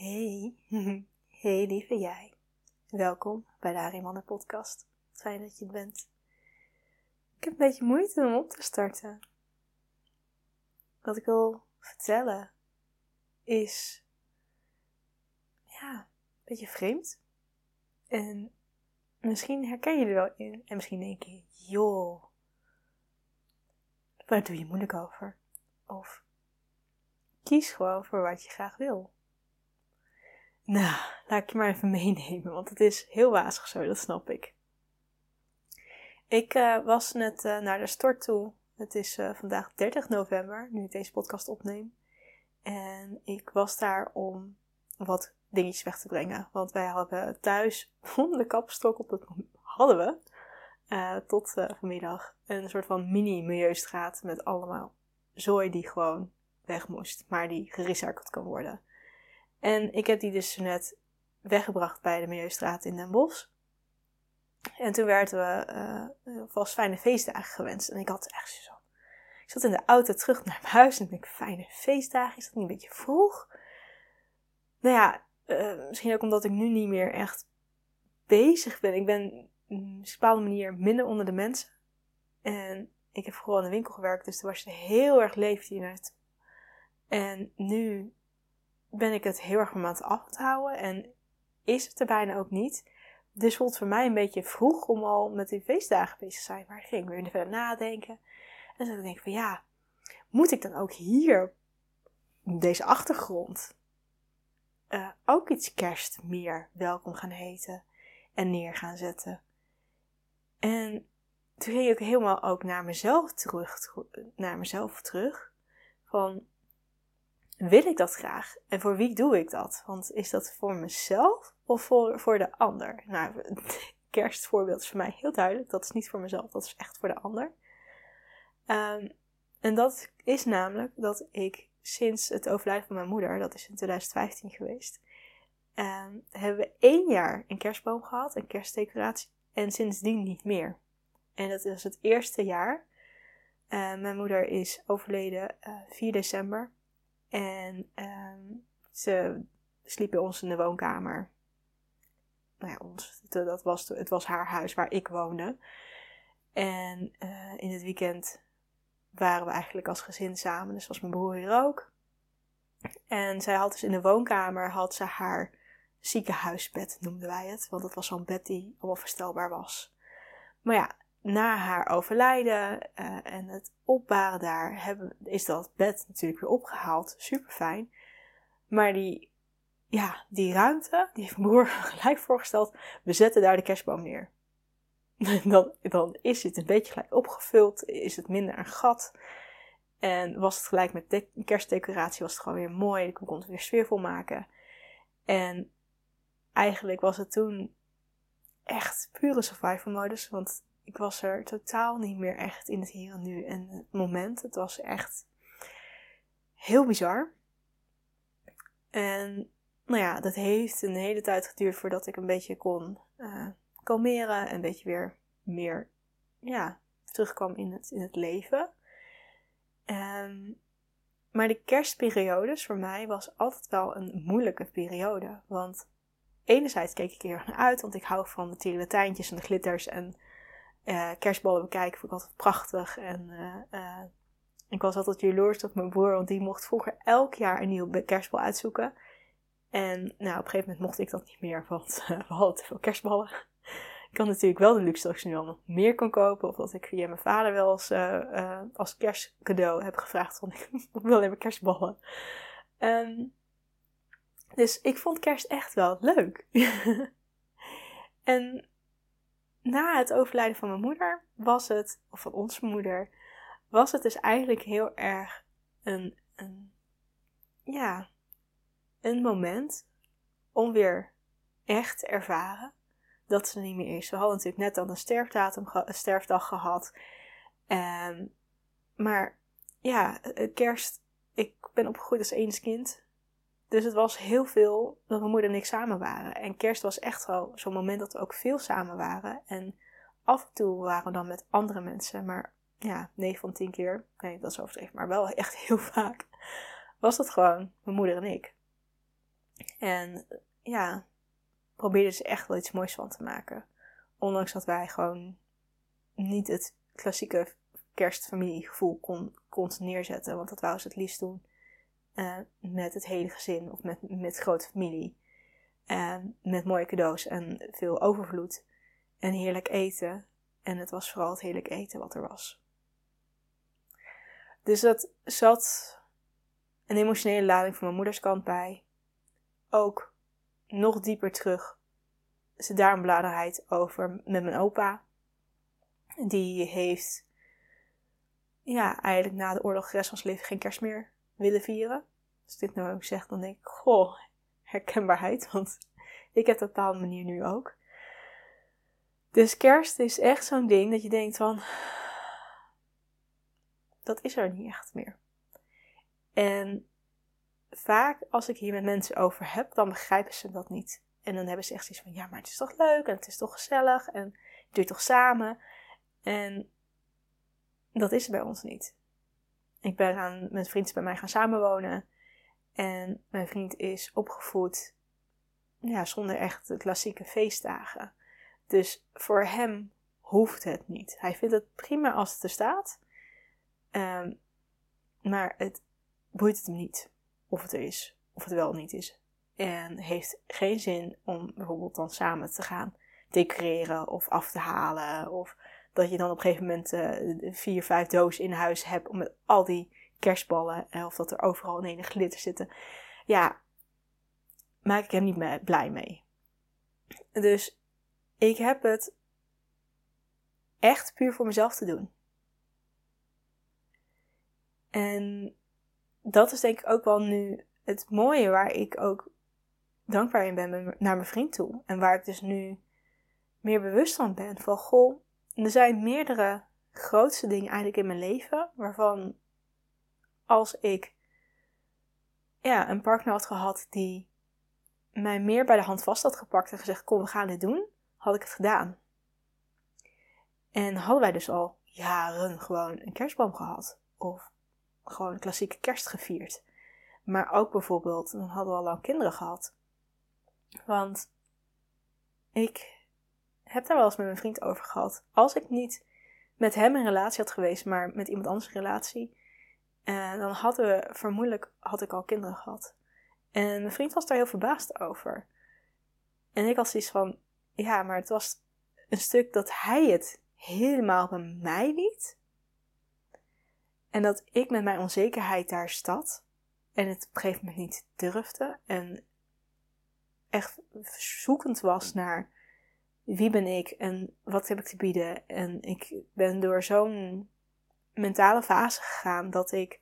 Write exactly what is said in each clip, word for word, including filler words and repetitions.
Hey, hey lieve jij. Welkom bij de Arimanne podcast. Fijn dat je er bent. Ik heb een beetje moeite om op te starten. Wat ik wil vertellen is, ja, een beetje vreemd. En misschien herken je er wel in. En misschien denk je, joh, waar doe je moeilijk over? Of kies gewoon voor wat je graag wil. Nou, laat ik je maar even meenemen, want het is heel wazig zo, dat snap ik. Ik uh, was net uh, naar de stort toe. Het is uh, vandaag dertig november, nu ik deze podcast opneem. En ik was daar om wat dingetjes weg te brengen. Want wij hadden thuis, onder de kapstok op het hadden we, uh, tot uh, vanmiddag, een soort van mini-milieustraat met allemaal zooi die gewoon weg moest. Maar die gerecycled kan worden. En ik heb die dus net weggebracht bij de Milieustraat in Den Bosch. En toen werden we uh, vast fijne feestdagen gewenst. En ik had echt zo... Ik zat in de auto terug naar mijn huis en ik denk, fijne feestdagen? Is dat niet een beetje vroeg? Nou ja, uh, misschien ook omdat ik nu niet meer echt bezig ben. Ik ben op een bepaalde manier minder onder de mensen. En ik heb vooral in de winkel gewerkt, dus toen was je heel erg leeftijd naartoe. En nu ben ik het heel erg van me aan het af te houden. En is het er bijna ook niet. Dus voelt het voor mij een beetje vroeg om al met die feestdagen bezig te zijn. Maar ik ging weer verder nadenken. En dan denk ik van ja, moet ik dan ook hier, op deze achtergrond, uh, ook iets kerst meer welkom gaan heten en neer gaan zetten. En toen ging ik helemaal ook naar mezelf terug, naar mezelf terug. Van, wil ik dat graag? En voor wie doe ik dat? Want is dat voor mezelf of voor, voor de ander? Nou, het kerstvoorbeeld is voor mij heel duidelijk. Dat is niet voor mezelf, dat is echt voor de ander. Um, en dat is namelijk dat ik sinds het overlijden van mijn moeder, dat is in twintig vijftien geweest, um, hebben we één jaar een kerstboom gehad, een kerstdecoratie, en sindsdien niet meer. En dat is het eerste jaar. Uh, mijn moeder is overleden uh, vier december. En um, ze sliep bij ons in de woonkamer. Nou ja, ons, dat was, het was haar huis waar ik woonde. En uh, in het weekend waren we eigenlijk als gezin samen. Dus was mijn broer hier ook. En zij had dus in de woonkamer had ze haar ziekenhuisbed, noemden wij het. Want dat was zo'n bed die allemaal verstelbaar was. Maar ja, na haar overlijden uh, en het opbaren daar hebben, is dat bed natuurlijk weer opgehaald. Super fijn. Maar die, ja, die ruimte, die heeft mijn broer gelijk voorgesteld. We zetten daar de kerstboom neer. dan, dan is het een beetje gelijk opgevuld. Is het minder een gat. En was het gelijk met de kerstdecoratie. Was het gewoon weer mooi. Ik kon het weer sfeervol maken. En eigenlijk was het toen echt pure survival modus. Want ik was er totaal niet meer echt in het hier en nu en het moment. Het was echt heel bizar. En nou ja, dat heeft een hele tijd geduurd voordat ik een beetje kon uh, kalmeren. En een beetje weer meer ja, terugkwam in het, in het leven. Um, maar de kerstperiodes voor mij was altijd wel een moeilijke periode. Want enerzijds keek ik er heel erg naar uit. Want ik hou van de tierenlantijntjes en de glitters en Uh, kerstballen bekijken vond ik altijd prachtig. En uh, uh, ik was altijd jaloers op mijn broer, want die mocht vroeger elk jaar een nieuwe kerstbal uitzoeken. En nou, op een gegeven moment mocht ik dat niet meer, want uh, we hadden te veel kerstballen. Ik had natuurlijk wel de luxe dat ik ze nu al nog meer kon kopen. Of dat ik via mijn vader wel eens uh, uh, als kerstcadeau heb gevraagd van ik wil alleen maar kerstballen. Um, dus ik vond kerst echt wel leuk. En na het overlijden van mijn moeder was het, of van onze moeder, was het dus eigenlijk heel erg een, een, ja, een moment om weer echt te ervaren dat ze er niet meer is. We hadden natuurlijk net dan een sterfdatum, een sterfdag gehad. Um, maar ja, kerst, ik ben opgegroeid als enigskind. Dus het was heel veel dat mijn moeder en ik samen waren. En kerst was echt wel zo'n moment dat we ook veel samen waren. En af en toe waren we dan met andere mensen. Maar ja, negen van tien keer, nee dat is overdreven, maar wel echt heel vaak, was dat gewoon mijn moeder en ik. En ja, probeerden ze echt wel iets moois van te maken. Ondanks dat wij gewoon niet het klassieke kerstfamiliegevoel kon, kon neerzetten. Want dat wou ze het liefst doen uh, met het hele gezin of met, met grote familie. En met mooie cadeaus en veel overvloed. En heerlijk eten. En het was vooral het heerlijk eten wat er was. Dus dat zat een emotionele lading van mijn moeders kant bij. Ook nog dieper terug zit daar een beladenheid over met mijn opa. Die heeft ja, eigenlijk na de oorlog de rest van zijn leven geen kerst meer willen vieren. Als ik dit nou ook zeg, dan denk ik, goh, herkenbaarheid. Want ik heb dat op een bepaalde manier nu ook. Dus kerst is echt zo'n ding dat je denkt van, dat is er niet echt meer. En vaak als ik hier met mensen over heb, dan begrijpen ze dat niet. En dan hebben ze echt zoiets van, ja, maar het is toch leuk en het is toch gezellig en je doet toch samen. En dat is er bij ons niet. Ik ben aan, mijn vriend is bij mij gaan samenwonen. En mijn vriend is opgevoed ja, zonder echt de klassieke feestdagen. Dus voor hem hoeft het niet. Hij vindt het prima als het er staat. Um, maar het boeit het hem niet of het er is. Of het wel of niet is. En heeft geen zin om bijvoorbeeld dan samen te gaan decoreren of af te halen. Of dat je dan op een gegeven moment uh, vier, vijf dozen in huis hebt met al die kerstballen. Of dat er overal in een glitter zitten. Ja, maak ik hem niet mee, blij mee. Dus ik heb het echt puur voor mezelf te doen. En dat is denk ik ook wel nu het mooie waar ik ook dankbaar in ben naar mijn vriend toe. En waar ik dus nu meer bewust van ben. Van goh, er zijn meerdere grootste dingen eigenlijk in mijn leven. Waarvan als ik ja, een partner had gehad die mij meer bij de hand vast had gepakt en gezegd, kom, we gaan dit doen, had ik het gedaan. En hadden wij dus al jaren gewoon een kerstboom gehad. Of gewoon een klassieke kerst gevierd. Maar ook bijvoorbeeld, dan hadden we al lang kinderen gehad. Want ik heb daar wel eens met mijn vriend over gehad. Als ik niet met hem een relatie had geweest, maar met iemand anders een relatie, eh, dan hadden we, vermoedelijk had ik al kinderen gehad. En mijn vriend was daar heel verbaasd over. En ik had zoiets van, ja, maar het was een stuk dat hij het helemaal bij mij liet. En dat ik met mijn onzekerheid daar zat. En het op een gegeven moment niet durfde. En echt zoekend was naar wie ben ik en wat heb ik te bieden. En ik ben door zo'n mentale fase gegaan dat ik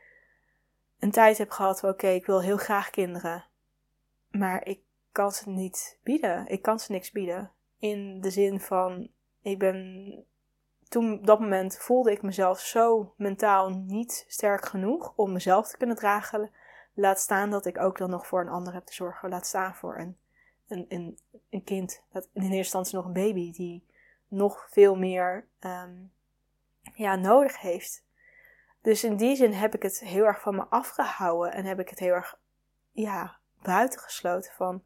een tijd heb gehad van oké, okay, ik wil heel graag kinderen. Maar ik kan ze niet bieden. Ik kan ze niks bieden. In de zin van, ik ben... Toen op dat moment voelde ik mezelf zo mentaal niet sterk genoeg om mezelf te kunnen dragen. Laat staan dat ik ook dan nog voor een ander heb te zorgen. Laat staan voor een, een, een, een kind. Dat in eerste instantie nog een baby die nog veel meer um, ja, nodig heeft. Dus in die zin heb ik het heel erg van me afgehouden. En heb ik het heel erg ja, buitengesloten van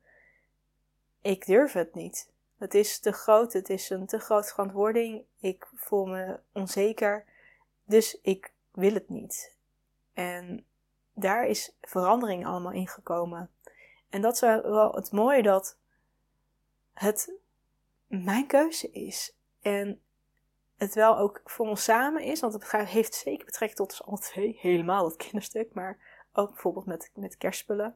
ik durf het niet. Het is te groot, het is een te grote verantwoording. Ik voel me onzeker, dus ik wil het niet. En daar is verandering allemaal in gekomen. En dat is wel het mooie dat het mijn keuze is. En het wel ook voor ons samen is, want het heeft zeker betrekking tot ons alle twee. Helemaal dat kinderstuk, maar ook bijvoorbeeld met, met kerstspullen.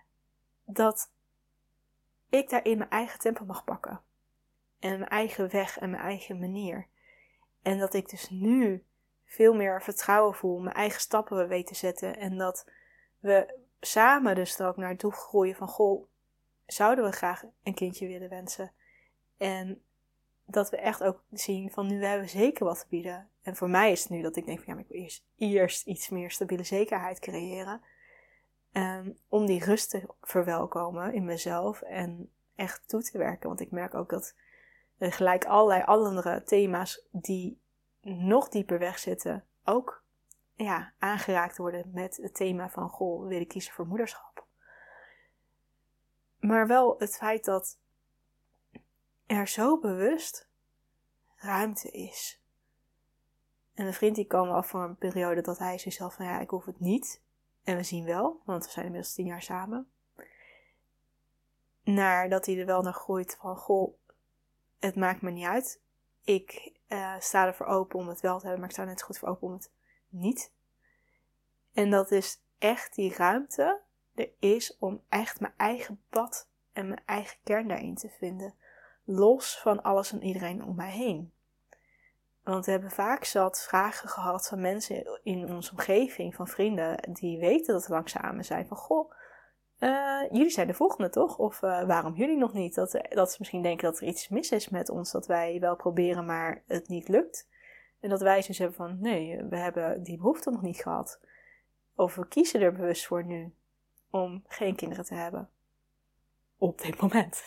Dat ik daarin mijn eigen tempo mag pakken. En mijn eigen weg en mijn eigen manier. En dat ik dus nu veel meer vertrouwen voel. Mijn eigen stappen weet te zetten. En dat we samen dus er ook naartoe groeien van goh, zouden we graag een kindje willen wensen. En dat we echt ook zien van nu we hebben zeker wat te bieden. En voor mij is het nu dat ik denk van ja, maar ik wil eerst, eerst iets meer stabiele zekerheid creëren. Um, om die rust te verwelkomen in mezelf. En echt toe te werken. Want ik merk ook dat er gelijk allerlei andere thema's die nog dieper wegzitten, ook ja, aangeraakt worden met het thema van goh, wil ik kiezen voor moederschap. Maar wel het feit dat er zo bewust ruimte is. En een vriend die kwam af voor een periode dat hij zichzelf van ja, ik hoef het niet. En we zien wel, want we zijn inmiddels tien jaar samen. Naar dat hij er wel naar groeit van goh, het maakt me niet uit. Ik uh, sta ervoor open om het wel te hebben, maar ik sta net zo goed voor open om het niet. En dat is echt die ruimte er is om echt mijn eigen pad en mijn eigen kern daarin te vinden. Los van alles en iedereen om mij heen. Want we hebben vaak zat vragen gehad van mensen in onze omgeving, van vrienden, die weten dat we lang samen zijn. Van goh, uh, jullie zijn de volgende toch? Of uh, waarom jullie nog niet? Dat, dat ze misschien denken dat er iets mis is met ons, dat wij wel proberen, maar het niet lukt. En dat wij dus hebben van nee, we hebben die behoefte nog niet gehad. Of we kiezen er bewust voor nu om geen kinderen te hebben. Op dit moment.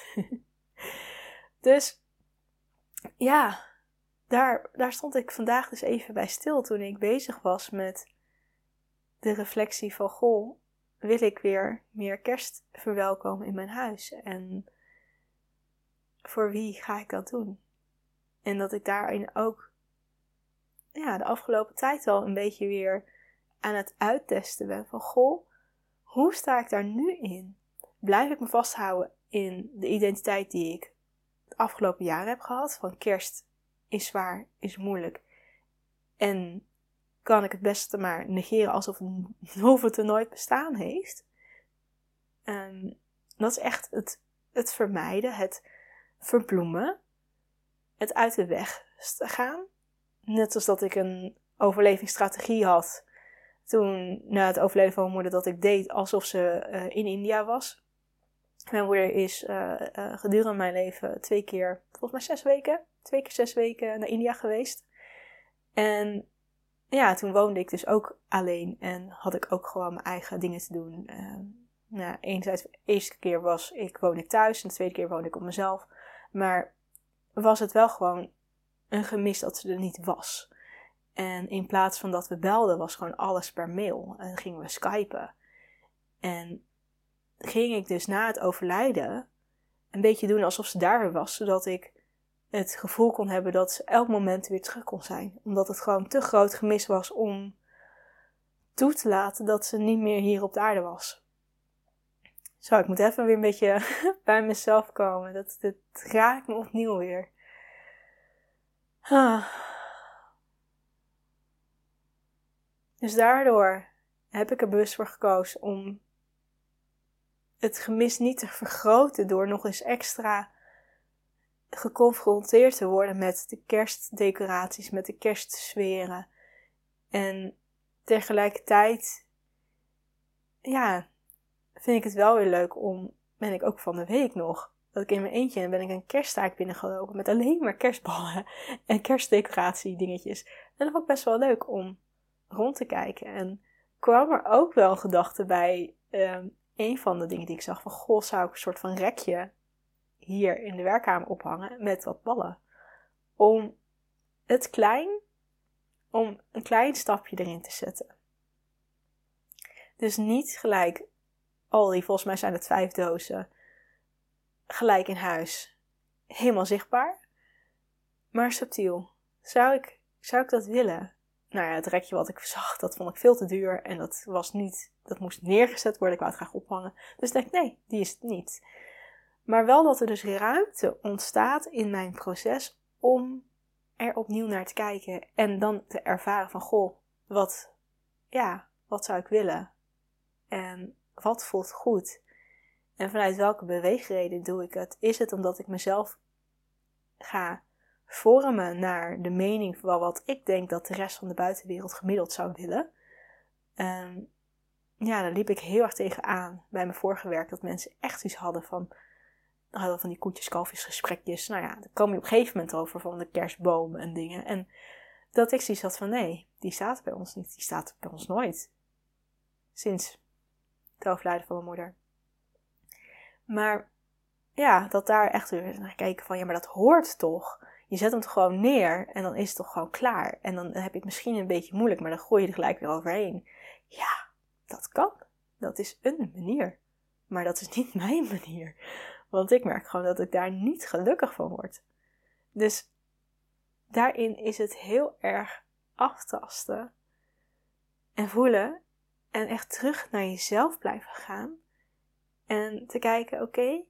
Dus ja, daar, daar stond ik vandaag dus even bij stil toen ik bezig was met de reflectie van goh, wil ik weer meer kerst verwelkomen in mijn huis? En voor wie ga ik dat doen? En dat ik daarin ook ja, de afgelopen tijd wel een beetje weer aan het uittesten ben van goh, hoe sta ik daar nu in? Blijf ik me vasthouden in de identiteit die ik het afgelopen jaar heb gehad? Van kerst is zwaar, is moeilijk. En kan ik het beste maar negeren alsof het, alsof het er nooit bestaan heeft? Um, dat is echt het, het vermijden, het verbloemen, het uit de weg gaan. Net als dat ik een overlevingsstrategie had toen na het overlijden van mijn moeder, dat ik deed alsof ze uh, in India was. Mijn moeder is uh, uh, gedurende mijn leven twee keer, volgens mij zes weken, twee keer zes weken naar India geweest. En ja, toen woonde ik dus ook alleen en had ik ook gewoon mijn eigen dingen te doen. Uh, nou, enerzijds, de eerste keer was ik, woonde ik thuis en de tweede keer woonde ik op mezelf. Maar was het wel gewoon een gemis dat ze er niet was. En in plaats van dat we belden, was gewoon alles per mail. En dan gingen we skypen. En ging ik dus na het overlijden een beetje doen alsof ze daar weer was. Zodat ik het gevoel kon hebben dat ze elk moment weer terug kon zijn. Omdat het gewoon te groot gemis was om toe te laten dat ze niet meer hier op de aarde was. Zo, ik moet even weer een beetje bij mezelf komen. Dat, dat raakt me opnieuw weer. Ah. Dus daardoor heb ik er bewust voor gekozen om het gemis niet te vergroten door nog eens extra geconfronteerd te worden met de kerstdecoraties, met de kerstsferen. En tegelijkertijd, ja, vind ik het wel weer leuk om, ben ik ook van de week nog, dat ik in mijn eentje en ben ik een kersttaak binnengelopen met alleen maar kerstballen en kerstdecoratie dingetjes. En dat vond ik best wel leuk om rond te kijken. En kwam er ook wel een gedachte bij um, een van de dingen die ik zag van goh, zou ik een soort van rekje hier in de werkkamer ophangen met wat ballen. Om het klein, om een klein stapje erin te zetten. Dus niet gelijk al die, volgens mij zijn het vijf dozen, gelijk in huis, helemaal zichtbaar, maar subtiel. Zou ik, zou ik dat willen? Nou ja, het rekje wat ik zag, dat vond ik veel te duur en dat was niet, dat moest neergezet worden, ik wou het graag ophangen. Dus ik dacht, nee, die is het niet. Maar wel dat er dus ruimte ontstaat in mijn proces om er opnieuw naar te kijken en dan te ervaren van, goh, wat, ja, wat zou ik willen? En wat voelt goed? En vanuit welke beweegreden doe ik het? Is het omdat ik mezelf ga vormen naar de mening van wat ik denk dat de rest van de buitenwereld gemiddeld zou willen? Um, ja, daar liep ik heel erg tegenaan bij mijn vorige werk. Dat mensen echt iets hadden van, hadden van die koetjes-kalfjes-gesprekjes. Nou ja, daar kwam je op een gegeven moment over van de kerstbomen en dingen. En dat ik zoiets had van, nee, die staat bij ons niet. Die staat bij ons nooit. Sinds het overlijden van mijn moeder. Maar ja, dat daar echt weer naar kijken van, ja, maar dat hoort toch? Je zet hem toch gewoon neer en dan is het toch gewoon klaar. En dan heb je het misschien een beetje moeilijk, maar dan gooi je er gelijk weer overheen. Ja, dat kan. Dat is een manier. Maar dat is niet mijn manier. Want ik merk gewoon dat ik daar niet gelukkig van word. Dus daarin is het heel erg aftasten en voelen en echt terug naar jezelf blijven gaan. En te kijken, oké, okay,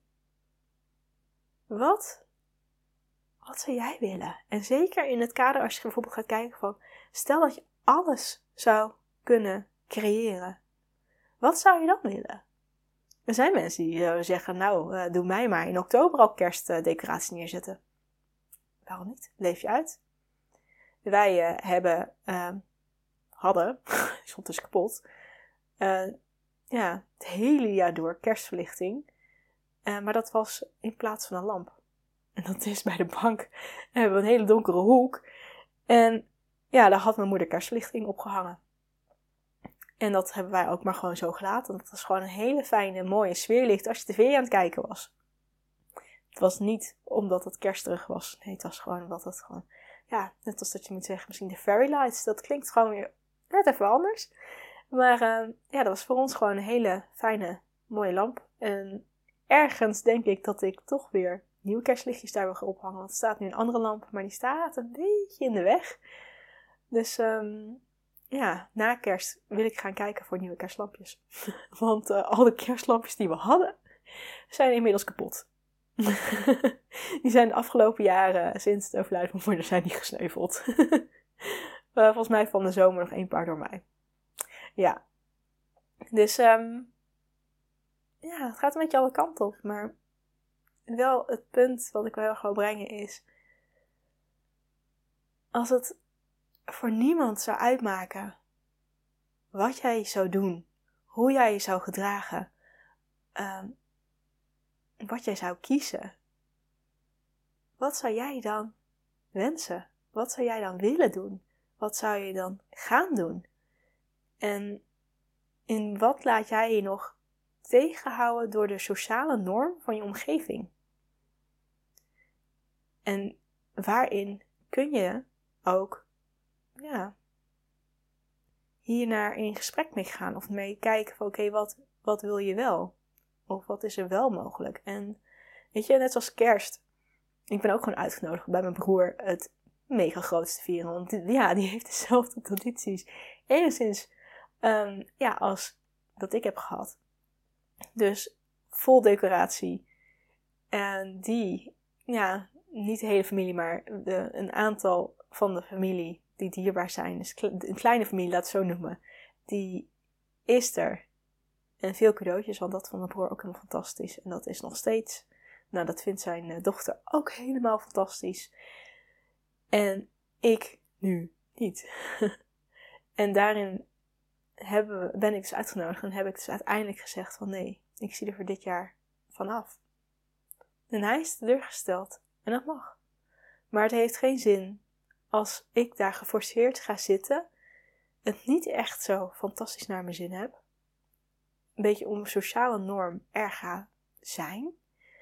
wat, wat zou jij willen? En zeker in het kader als je bijvoorbeeld gaat kijken van, stel dat je alles zou kunnen creëren. Wat zou je dan willen? Er zijn mensen die zouden zeggen, nou, uh, doe mij maar in oktober al kerstdecoraties neerzetten. Waarom niet? Leef je uit. Wij uh, hebben, uh, hadden, die stond dus kapot, uh, ja, het hele jaar door kerstverlichting. Uh, maar dat was in plaats van een lamp. En dat is bij de bank. En hebben we een hele donkere hoek. En ja, daar had mijn moeder kerstverlichting opgehangen. En dat hebben wij ook maar gewoon zo gelaten. Dat was gewoon een hele fijne, mooie sfeerlicht als je tv aan het kijken was. Het was niet omdat het kersterig was. Nee, het was gewoon omdat het gewoon... Ja, net als dat je moet zeggen, misschien de fairy lights. Dat klinkt gewoon weer net even anders. Maar uh, ja, dat was voor ons gewoon een hele fijne, mooie lamp. En ergens denk ik dat ik toch weer nieuwe kerstlichtjes daar wil gaan ophangen. Want er staat nu een andere lamp, maar die staat een beetje in de weg. Dus um, ja, na kerst wil ik gaan kijken voor nieuwe kerstlampjes. Want uh, al de kerstlampjes die we hadden, zijn inmiddels kapot. Die zijn de afgelopen jaren, sinds het overlijden van mijn moeder, zijn die gesneuveld. uh, volgens mij van de zomer nog één paar door mij. Ja. Dus um, ja, het gaat een beetje alle kanten op. Maar wel het punt wat ik wel wil brengen is, als het voor niemand zou uitmaken wat jij zou doen, hoe jij je zou gedragen, um, wat jij zou kiezen, wat zou jij dan wensen? Wat zou jij dan willen doen? Wat zou je dan gaan doen? En in wat laat jij je nog tegenhouden door de sociale norm van je omgeving? En waarin kun je ook ja, hiernaar in gesprek mee gaan of mee kijken van oké, okay, wat, wat wil je wel? Of wat is er wel mogelijk? En weet je, net zoals kerst. Ik ben ook gewoon uitgenodigd bij mijn broer het mega grootste vieren. Want ja, die heeft dezelfde tradities. Enigszins um, ja, als dat ik heb gehad. Dus vol decoratie. En die, ja, niet de hele familie, maar de, een aantal van de familie die dierbaar zijn. Dus een kleine familie, laat het zo noemen. Die is er. En veel cadeautjes, want dat vond mijn broer ook helemaal fantastisch. En dat is nog steeds. Nou, dat vindt zijn dochter ook helemaal fantastisch. En ik nu niet. En daarin hebben we, ben ik dus uitgenodigd en heb ik dus uiteindelijk gezegd van nee, ik zie er voor dit jaar vanaf. En hij is teleurgesteld. En dat mag. Maar het heeft geen zin als ik daar geforceerd ga zitten, het niet echt zo fantastisch naar mijn zin heb. Een beetje om een sociale norm er ga zijn.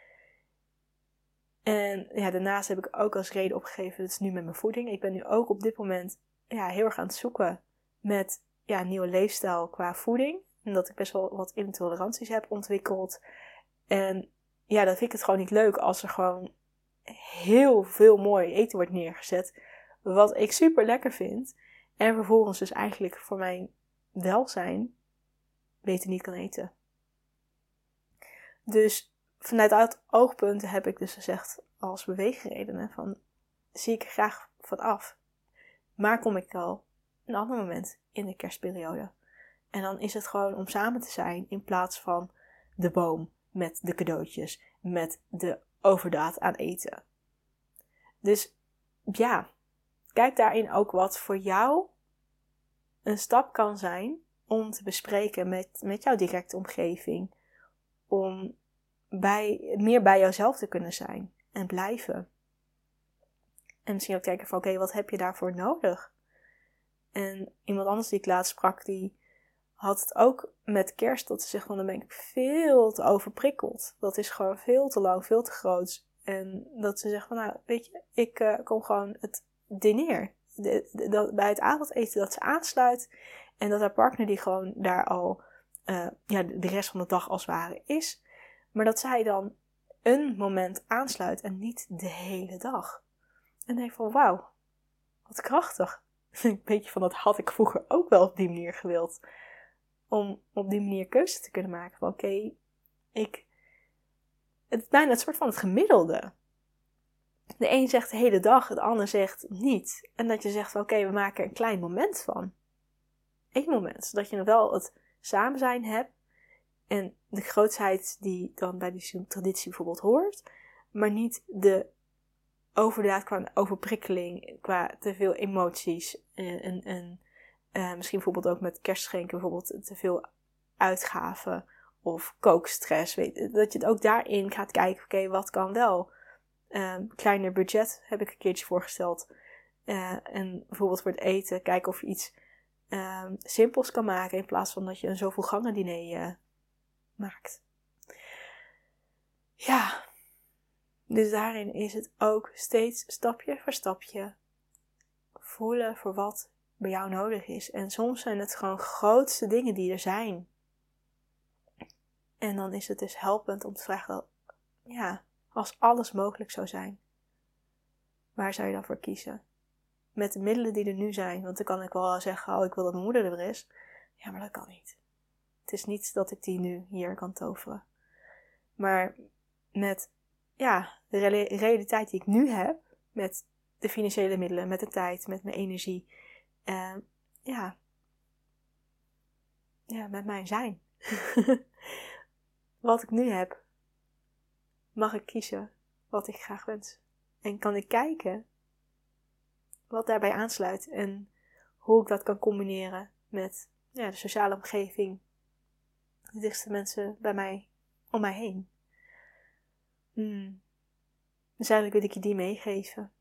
En ja, daarnaast heb ik ook als reden opgegeven, dat is nu met mijn voeding. Ik ben nu ook op dit moment ja, heel erg aan het zoeken met ja, een nieuwe leefstijl qua voeding. En dat ik best wel wat intoleranties heb ontwikkeld. En ja, dat vind ik het gewoon niet leuk als er gewoon heel veel mooi eten wordt neergezet. Wat ik super lekker vind. En vervolgens dus eigenlijk voor mijn welzijn beter niet kan eten. Dus vanuit dat oogpunt heb ik dus gezegd als beweegredenen van zie ik er graag van af. Maar kom ik al een ander moment in de kerstperiode. En dan is het gewoon om samen te zijn in plaats van de boom met de cadeautjes, met de overdaad aan eten. Dus ja, kijk daarin ook wat voor jou een stap kan zijn om te bespreken met, met jouw directe omgeving. Om bij, meer bij jouzelf te kunnen zijn en blijven. En misschien ook kijken van oké, okay, wat heb je daarvoor nodig? En iemand anders die ik laatst sprak, die had het ook met kerst, dat ze zegt van dan ben ik veel te overprikkeld. Dat is gewoon veel te lang, veel te groot. En dat ze zegt van nou, weet je, ik uh, kom gewoon het diner. De, de, de, bij het avondeten dat ze aansluit. En dat haar partner die gewoon daar al uh, ja, de rest van de dag als het ware is. Maar dat zij dan een moment aansluit en niet de hele dag. En denk van wauw, wat krachtig. Een beetje van dat had ik vroeger ook wel op die manier gewild. Om op die manier keuze te kunnen maken. Van oké, okay, ik... Het is bijna het soort van het gemiddelde. De een zegt de hele dag, de ander zegt niet. En dat je zegt van oké, okay, we maken een klein moment van. Eén moment. Zodat je wel het samen zijn hebt. En de grootsheid die dan bij die traditie bijvoorbeeld hoort. Maar niet de overdaad qua overprikkeling. Qua te veel emoties. En, en, en uh, misschien bijvoorbeeld ook met kerstschenken. Bijvoorbeeld te veel uitgaven. Of kookstress. Weet, dat je het ook daarin gaat kijken. Oké, okay, wat kan wel? Um, kleiner budget heb ik een keertje voorgesteld. Uh, en bijvoorbeeld voor het eten. Kijken of je iets um, simpels kan maken. In plaats van dat je een zoveel gangen diner uh, maakt. Ja. Dus daarin is het ook steeds stapje voor stapje voelen voor wat bij jou nodig is. En soms zijn het gewoon grootste dingen die er zijn. En dan is het dus helpend om te vragen, ja, als alles mogelijk zou zijn, waar zou je dan voor kiezen? Met de middelen die er nu zijn, want dan kan ik wel zeggen, oh, ik wil dat mijn moeder er is. Ja, maar dat kan niet. Het is niet dat ik die nu hier kan toveren. Maar met, ja, de re- realiteit die ik nu heb, met de financiële middelen, met de tijd, met mijn energie, uh, ja, ja, met mijn zijn. Wat ik nu heb, mag ik kiezen wat ik graag wens. En kan ik kijken wat daarbij aansluit en hoe ik dat kan combineren met ja, de sociale omgeving, de dichtste mensen bij mij, om mij heen. Hmm. Dus eigenlijk wil ik je die meegeven.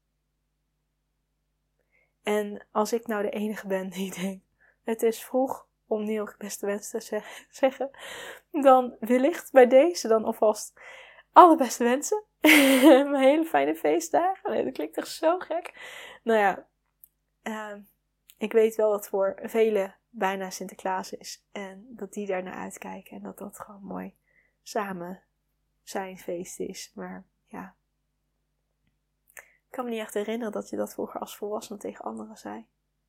En als ik nou de enige ben die denkt, het is vroeg om nu ook beste wensen te zeg- zeggen, dan wellicht bij deze dan alvast alle beste wensen. Mijn hele fijne feestdagen. Nee, dat klinkt echt zo gek. Nou ja, uh, ik weet wel dat voor velen bijna Sinterklaas is. En dat die daar naar uitkijken. En dat dat gewoon mooi samen zijn feest is. Maar ja, ik kan me niet echt herinneren dat je dat vroeger als volwassene tegen anderen zei.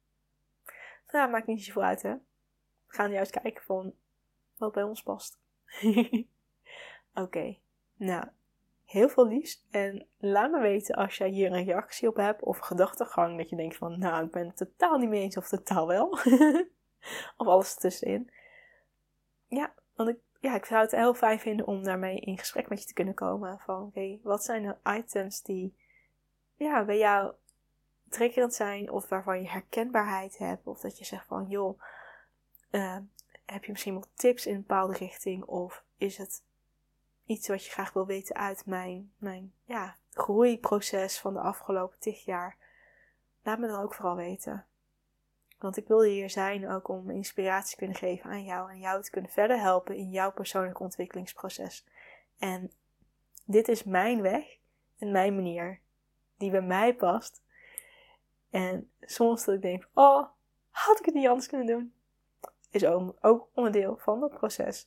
Nou, maakt niet zoveel uit, hè. We gaan juist kijken van wat bij ons past. Oké, okay. Nou, heel veel liefs. En laat me weten als jij hier een reactie op hebt of gedachtegang dat je denkt van, nou, ik ben het totaal niet mee eens of totaal wel. Of alles ertussenin. Ja, want ik, ja, ik zou het heel fijn vinden om daarmee in gesprek met je te kunnen komen. Van, oké, okay, wat zijn de items die ja, bij jou triggerend zijn of waarvan je herkenbaarheid hebt. Of dat je zegt van, joh, uh, heb je misschien wel tips in een bepaalde richting? Of is het iets wat je graag wil weten uit mijn, mijn ja, groeiproces van de afgelopen tig jaar? Laat me dan ook vooral weten. Want ik wil hier zijn ook om inspiratie te kunnen geven aan jou. En jou te kunnen verder helpen in jouw persoonlijk ontwikkelingsproces. En dit is mijn weg en mijn manier. Die bij mij past. En soms dat ik denk, oh, had ik het niet anders kunnen doen? Is ook, ook onderdeel van dat proces.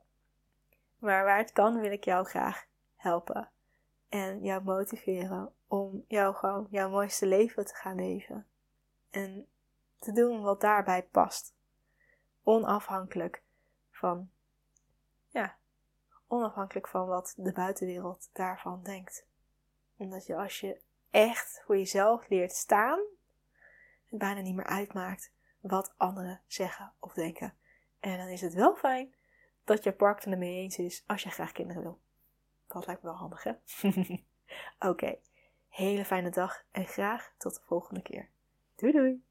Maar waar het kan, wil ik jou graag helpen. En jou motiveren om jou gewoon jouw mooiste leven te gaan leven. En te doen wat daarbij past. Onafhankelijk van, ja, onafhankelijk van wat de buitenwereld daarvan denkt. Omdat je als je echt voor jezelf leert staan, het bijna niet meer uitmaakt wat anderen zeggen of denken. En dan is het wel fijn dat je partner ermee eens is als je graag kinderen wil. Dat lijkt me wel handig, hè? Oké, okay. Hele fijne dag en graag tot de volgende keer. Doei doei!